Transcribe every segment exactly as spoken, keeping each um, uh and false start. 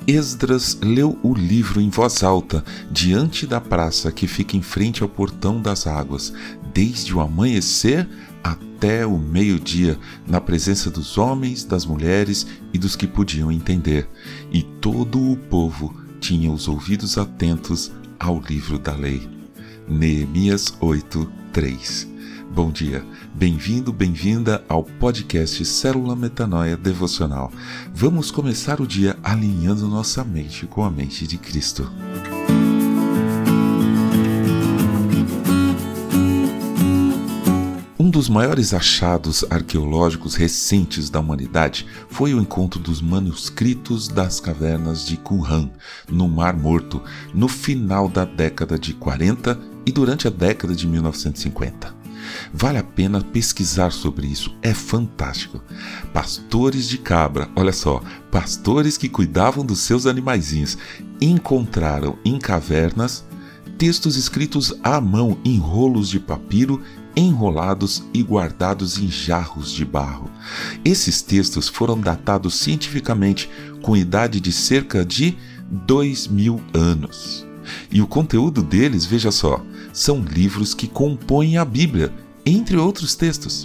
Esdras leu o livro em voz alta, diante da praça que fica em frente ao portão das águas, desde o amanhecer até o meio-dia, na presença dos homens, das mulheres e dos que podiam entender. E todo o povo tinha os ouvidos atentos ao livro da lei. Neemias oito, três. Bom dia, bem-vindo, bem-vinda ao podcast Célula Metanoia Devocional. Vamos começar o dia alinhando nossa mente com a mente de Cristo. Um dos maiores achados arqueológicos recentes da humanidade foi o encontro dos manuscritos das cavernas de Qumran, no Mar Morto, no final da década de quarenta e durante a década de mil novecentos e cinquenta. Vale a pena pesquisar sobre isso, é fantástico. Pastores de cabra, olha só, pastores que cuidavam dos seus animaizinhos, encontraram em cavernas textos escritos à mão em rolos de papiro, enrolados e guardados em jarros de barro. Esses textos foram datados cientificamente com idade de cerca de dois mil anos. E o conteúdo deles, veja só, são livros que compõem a Bíblia, entre outros textos,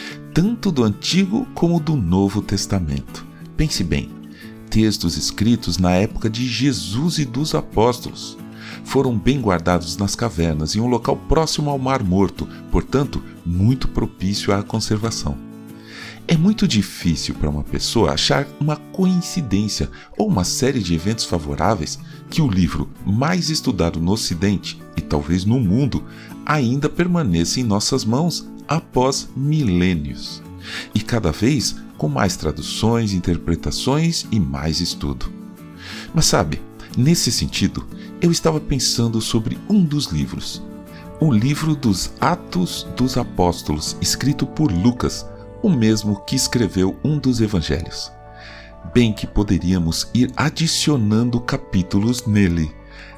tanto do Antigo como do Novo Testamento. Pense bem, textos escritos na época de Jesus e dos apóstolos. Foram bem guardados nas cavernas, em um local próximo ao Mar Morto, portanto, muito propício à conservação. É muito difícil para uma pessoa achar uma coincidência ou uma série de eventos favoráveis que o livro mais estudado no Ocidente e talvez no mundo ainda permaneça em nossas mãos após milênios, e cada vez com mais traduções, interpretações e mais estudo. Mas sabe, nesse sentido, eu estava pensando sobre um dos livros, o livro dos Atos dos Apóstolos, escrito por Lucas, o mesmo que escreveu um dos evangelhos. Bem que poderíamos ir adicionando capítulos nele.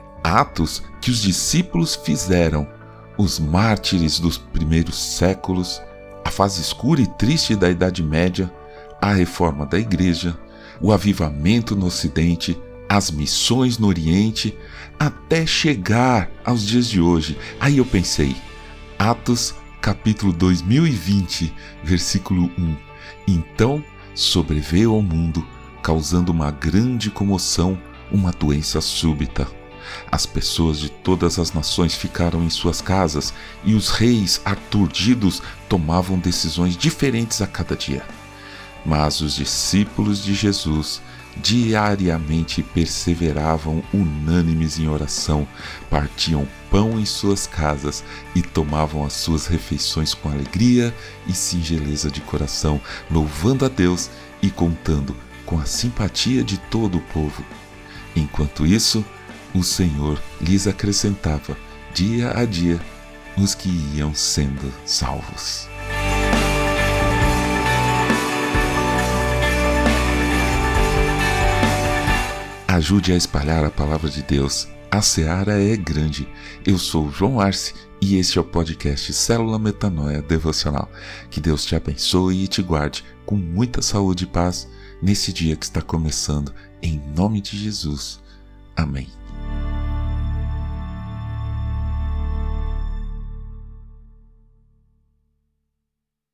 Atos que os discípulos fizeram, os mártires dos primeiros séculos, a fase escura e triste da Idade Média, a reforma da Igreja, o avivamento no Ocidente, as missões no Oriente, até chegar aos dias de hoje. Aí eu pensei, Atos capítulo dois mil e vinte, versículo um. Então sobreveio ao mundo, causando uma grande comoção, uma doença súbita. As pessoas de todas as nações ficaram em suas casas e os reis aturdidos tomavam decisões diferentes a cada dia. Mas os discípulos de Jesus diariamente perseveravam unânimes em oração, partiam pão em suas casas e tomavam as suas refeições com alegria e singeleza de coração, louvando a Deus e contando com a simpatia de todo o povo. Enquanto isso, o Senhor lhes acrescentava, dia a dia, os que iam sendo salvos. Ajude a espalhar a palavra de Deus. A seara é grande. Eu sou o João Arce e este é o podcast Célula Metanoia Devocional. Que Deus te abençoe e te guarde com muita saúde e paz nesse dia que está começando. Em nome de Jesus. Amém.